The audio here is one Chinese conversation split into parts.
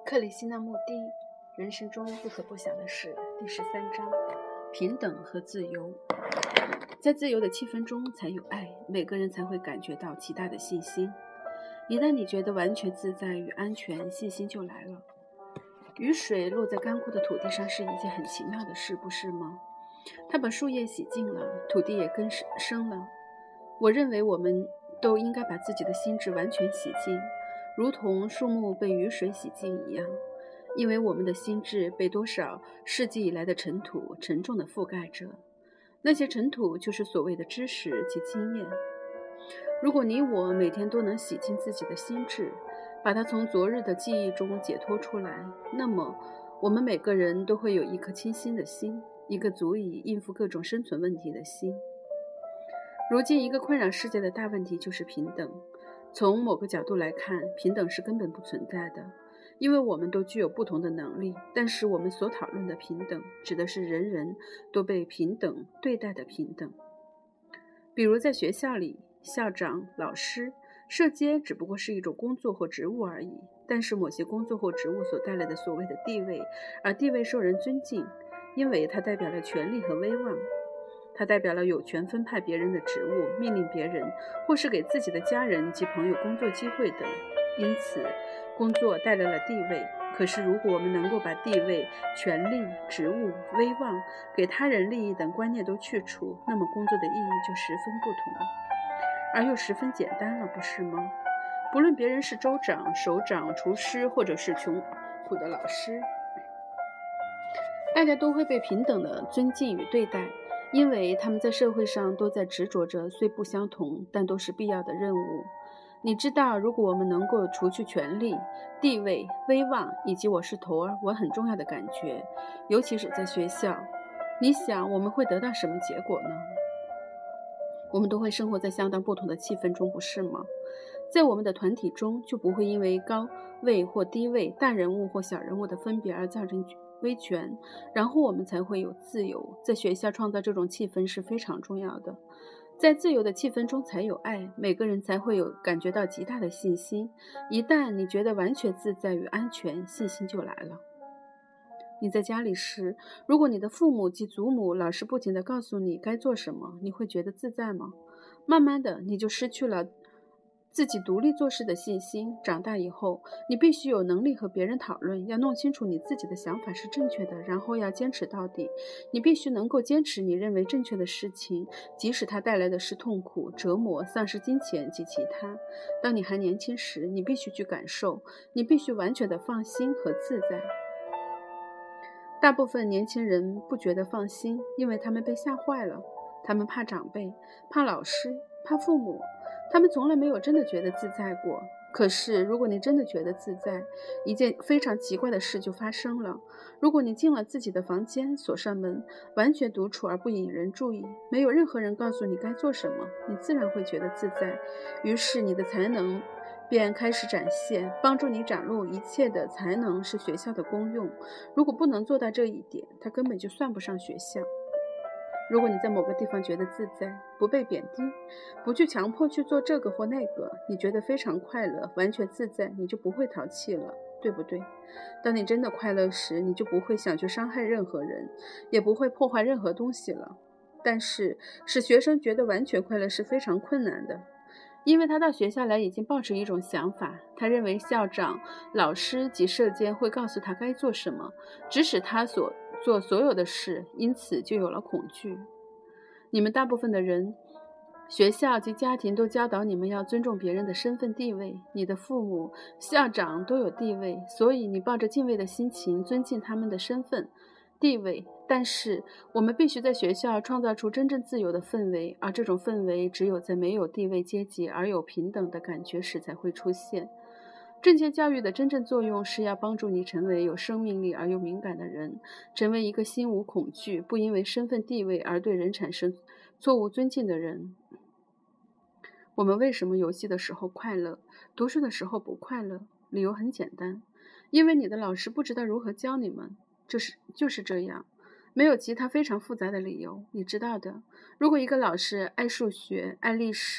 克里希那穆蒂人生中不可不想的事第13章：平等和自由。在自由的气氛中才有爱，每个人才会感觉到极大的信心。一旦你觉得完全自在与安全，信心就来了。雨水落在干枯的土地上是一件很奇妙的事，不是吗？它把树叶洗净了，土地也更深了。我认为我们都应该把自己的心智完全洗净，如同树木被雨水洗净一样，因为我们的心智被多少世纪以来的尘土沉重地覆盖着。那些尘土就是所谓的知识及经验。如果你我每天都能洗净自己的心智，把它从昨日的记忆中解脱出来，那么我们每个人都会有一颗清新的心，一个足以应付各种生存问题的心。如今一个困扰世界的大问题就是平等。从某个角度来看，平等是根本不存在的，因为我们都具有不同的能力，但是我们所讨论的平等指的是人人都被平等对待的平等。比如在学校里，校长、老师、社监只不过是一种工作或职务而已，但是某些工作或职务所带来的所谓的地位，而地位受人尊敬，因为它代表了权力和威望。它代表了有权分派别人的职务，命令别人，或是给自己的家人及朋友工作机会等。因此，工作带来了地位。可是，如果我们能够把地位、权力、职务、威望、给他人利益等观念都去除，那么工作的意义就十分不同，而又十分简单了，不是吗？不论别人是州长、首长、厨师，或者是穷苦的老师，大家都会被平等的尊敬与对待。因为他们在社会上都在执着着虽不相同，但都是必要的任务。你知道，如果我们能够除去权力、地位、威望以及我是头儿，我很重要的感觉，尤其是在学校，你想我们会得到什么结果呢？我们都会生活在相当不同的气氛中，不是吗？在我们的团体中，就不会因为高位或低位、大人物或小人物的分别而造成威权，然后我们才会有自由。在学校创造这种气氛是非常重要的，在自由的气氛中才有爱，每个人才会有感觉到极大的信心。一旦你觉得完全自在与安全，信心就来了。你在家里时，如果你的父母及祖母老是不停地告诉你该做什么，你会觉得自在吗？慢慢的，你就失去了自己独立做事的信心。长大以后，你必须有能力和别人讨论，要弄清楚你自己的想法是正确的，然后要坚持到底。你必须能够坚持你认为正确的事情，即使它带来的是痛苦、折磨、丧失金钱及其他。当你还年轻时，你必须去感受，你必须完全的放心和自在。大部分年轻人不觉得放心，因为他们被吓坏了。他们怕长辈，怕老师，怕父母，他们从来没有真的觉得自在过。可是如果你真的觉得自在，一件非常奇怪的事就发生了。如果你进了自己的房间，锁上门，完全独处而不引人注意，没有任何人告诉你该做什么，你自然会觉得自在。于是你的才能便开始展现，帮助你展露一切的才能是学校的功用。如果不能做到这一点，它根本就算不上学校。如果你在某个地方觉得自在，不被贬低，不去强迫去做这个或那个，你觉得非常快乐，完全自在，你就不会淘气了，对不对？当你真的快乐时，你就不会想去伤害任何人，也不会破坏任何东西了。但是使学生觉得完全快乐是非常困难的，因为他到学校来已经抱持一种想法，他认为校长、老师及社监会告诉他该做什么，指使他做所有的事，因此就有了恐惧。你们大部分的人，学校及家庭都教导你们要尊重别人的身份地位，你的父母、校长都有地位，所以你抱着敬畏的心情尊敬他们的身份地位。但是我们必须在学校创造出真正自由的氛围，而这种氛围只有在没有地位阶级而有平等的感觉时才会出现。正确教育的真正作用是要帮助你成为有生命力而又敏感的人，成为一个心无恐惧，不因为身份地位而对人产生错误尊敬的人。我们为什么游戏的时候快乐，读书的时候不快乐？理由很简单，因为你的老师不知道如何教你们，就是这样，没有其他非常复杂的理由。你知道的，如果一个老师爱数学、爱历史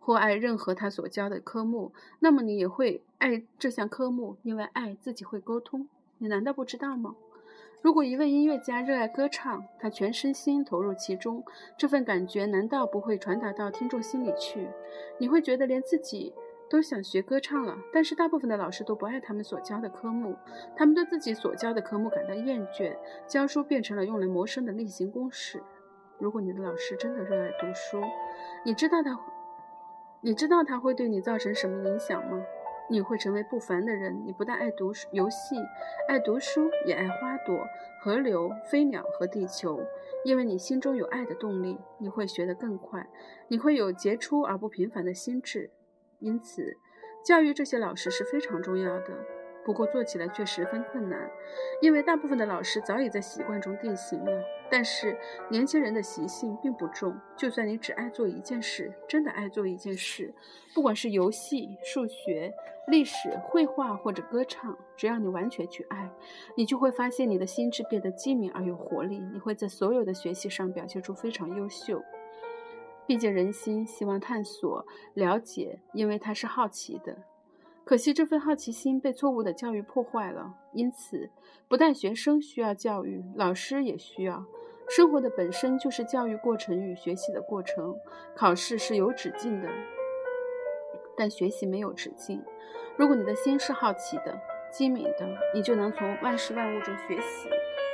或爱任何他所教的科目，那么你也会爱这项科目，因为爱自己会沟通。你难道不知道吗？如果一位音乐家热爱歌唱，他全身心投入其中，这份感觉难道不会传达到听众心里去？你会觉得连自己都想学歌唱了。但是大部分的老师都不爱他们所教的科目，他们对自己所教的科目感到厌倦，教书变成了用来谋生的例行公事。如果你的老师真的热爱读书，你知道他会对你造成什么影响吗？你会成为不凡的人。你不但爱读游戏，爱读书，也爱花朵、河流、飞鸟和地球。因为你心中有爱的动力，你会学得更快，你会有杰出而不平凡的心智。因此，教育这些老师是非常重要的。不过做起来却十分困难，因为大部分的老师早已在习惯中定型了。但是年轻人的习性并不重，就算你只爱做一件事，真的爱做一件事，不管是游戏、数学、历史、绘画或者歌唱，只要你完全去爱，你就会发现你的心智变得机敏而有活力，你会在所有的学习上表现出非常优秀。毕竟人心希望探索、了解，因为它是好奇的。可惜这份好奇心被错误的教育破坏了，因此不但学生需要教育，老师也需要。生活的本身就是教育过程与学习的过程，考试是有止境的，但学习没有止境。如果你的心是好奇的、机敏的，你就能从万事万物中学习。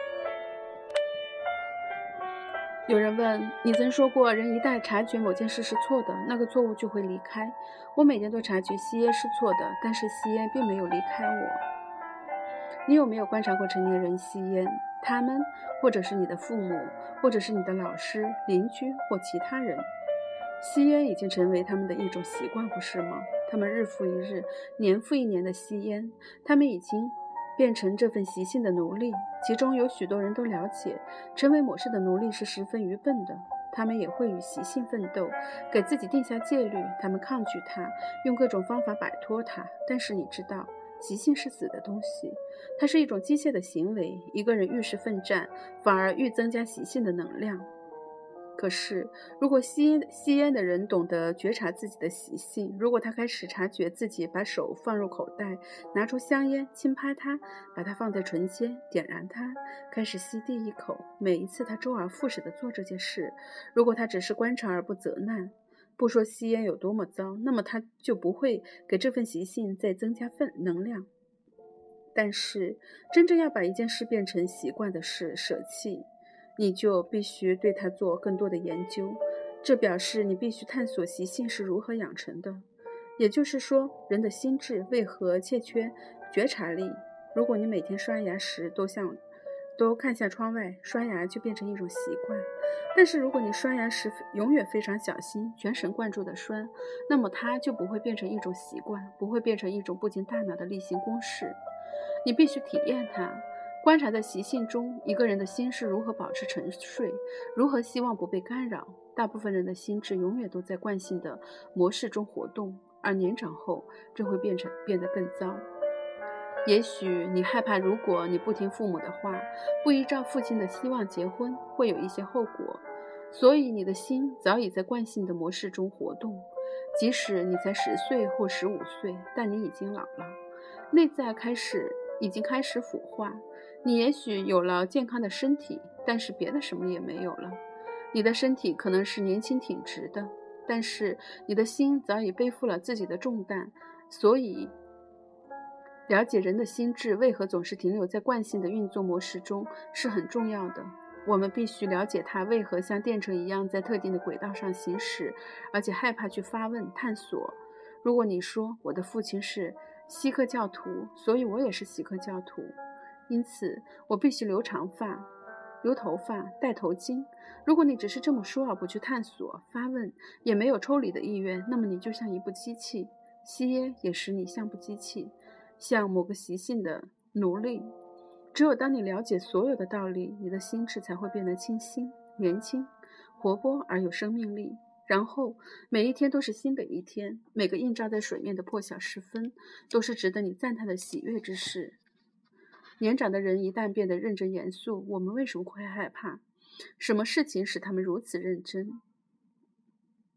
有人问，你曾说过人一旦察觉某件事是错的，那个错误就会离开。我每天都察觉吸烟是错的，但是吸烟并没有离开我。你有没有观察过成年人吸烟？他们或者是你的父母，或者是你的老师、邻居或其他人，吸烟已经成为他们的一种习惯，不是吗？他们日复一日、年复一年的吸烟，他们已经变成这份习性的奴隶。其中有许多人都了解，成为某事的奴隶是十分愚笨的。他们也会与习性奋斗，给自己定下戒律，他们抗拒它，用各种方法摆脱它。但是你知道，习性是死的东西，它是一种机械的行为。一个人愈是奋战，反而愈增加习性的能量。可是，如果吸烟的人懂得觉察自己的习性，如果他开始察觉自己把手放入口袋，拿出香烟，轻拍它，把它放在唇间，点燃它，开始吸第一口，每一次他周而复始地做这件事，如果他只是观察而不责难，不说吸烟有多么糟，那么他就不会给这份习性再增加能量。但是，真正要把一件事变成习惯的事，舍弃，你就必须对它做更多的研究，这表示你必须探索习性是如何养成的。也就是说，人的心智为何欠缺觉察力？如果你每天刷牙时都看向窗外，刷牙就变成一种习惯。但是如果你刷牙时永远非常小心，全神贯注地刷，那么它就不会变成一种习惯，不会变成一种不经大脑的例行公事。你必须体验它，观察在习性中，一个人的心是如何保持沉睡，如何希望不被干扰。大部分人的心智永远都在惯性的模式中活动，而年长后这会变得更糟。也许你害怕，如果你不听父母的话，不依照父亲的希望结婚，会有一些后果，所以你的心早已在惯性的模式中活动。即使你才10岁或15岁，但你已经老了，内在已经开始腐化。你也许有了健康的身体，但是别的什么也没有了。你的身体可能是年轻挺直的，但是你的心早已背负了自己的重担。所以了解人的心智为何总是停留在惯性的运作模式中是很重要的。我们必须了解它为何像电车一样在特定的轨道上行驶，而且害怕去发问探索。如果你说我的父亲是锡克教徒，所以我也是锡克教徒，因此我必须留长发、留头发、戴头巾。如果你只是这么说而不去探索、发问，也没有抽离的意愿，那么你就像一部机器。吸烟也使你像部机器，像某个习性的奴隶。只有当你了解所有的道理，你的心智才会变得清新、年轻、活泼而有生命力。然后每一天都是新的一天，每个映照在水面的破晓时分都是值得你赞叹的喜悦之事。年长的人一旦变得认真严肃，我们为什么会害怕？什么事情使他们如此认真？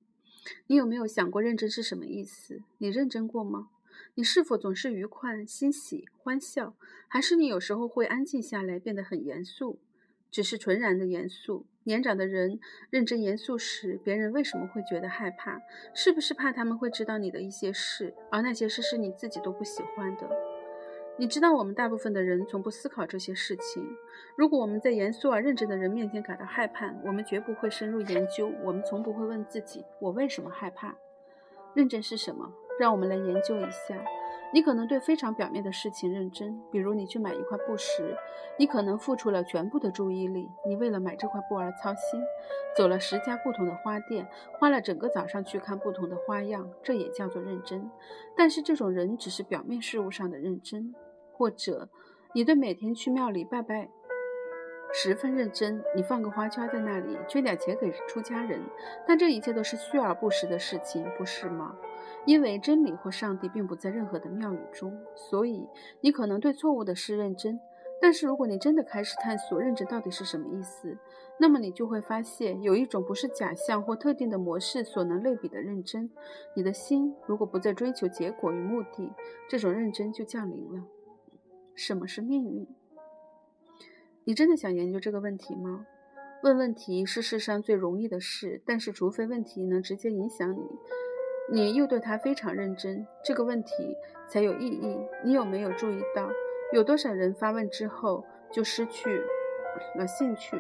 你有没有想过认真是什么意思？你认真过吗？你是否总是愉快、欣喜、欢笑，还是你有时候会安静下来，变得很严肃？只是纯然的严肃。年长的人认真严肃时，别人为什么会觉得害怕？是不是怕他们会知道你的一些事，而那些事是你自己都不喜欢的？你知道我们大部分的人从不思考这些事情。如果我们在严肃而认真的人面前感到害怕，我们绝不会深入研究，我们从不会问自己，我为什么害怕？认真是什么？让我们来研究一下。你可能对非常表面的事情认真，比如你去买一块布时，你可能付出了全部的注意力，你为了买这块布而操心，走了10家不同的花店，花了整个早上去看不同的花样，这也叫做认真。但是这种人只是表面事物上的认真。或者你对每天去庙里拜拜十分认真，你放个花圈在那里，捐点钱给出家人，但这一切都是虚而不实的事情，不是吗？因为真理或上帝并不在任何的庙宇中，所以你可能对错误的事认真。但是如果你真的开始探索认真到底是什么意思，那么你就会发现有一种不是假象或特定的模式所能类比的认真。你的心如果不再追求结果与目的，这种认真就降临了。什么是命运？你真的想研究这个问题吗？问问题是世上最容易的事，但是除非问题能直接影响你，你又对它非常认真，这个问题才有意义。你有没有注意到，有多少人发问之后就失去了兴趣？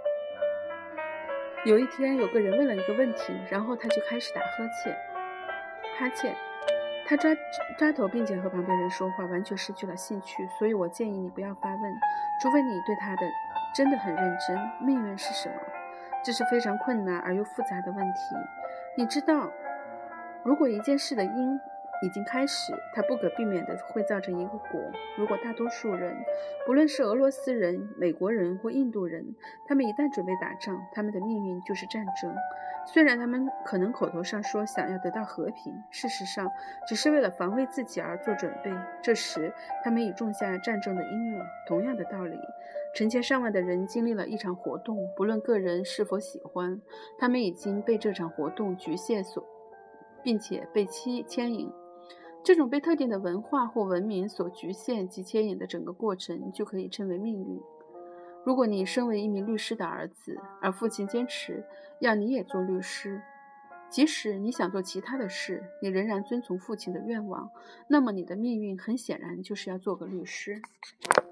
有一天，有个人问了一个问题，然后他就开始打哈欠。他抓头，并且和旁边人说话，完全失去了兴趣。所以我建议你不要发问，除非你对他的真的很认真。命运是什么？这是非常困难而又复杂的问题。你知道，如果一件事的因已经开始，它不可避免地会造成一个果。如果大多数人，不论是俄罗斯人、美国人或印度人，他们一旦准备打仗，他们的命运就是战争。虽然他们可能口头上说想要得到和平，事实上只是为了防卫自己而做准备，这时他们已种下战争的因了。同样的道理，成千上万的人经历了一场活动，不论个人是否喜欢，他们已经被这场活动局限并且被牵引。这种被特定的文化或文明所局限及牵引的整个过程，就可以称为命运。如果你身为一名律师的儿子，而父亲坚持要你也做律师，即使你想做其他的事，你仍然遵从父亲的愿望，那么你的命运很显然就是要做个律师。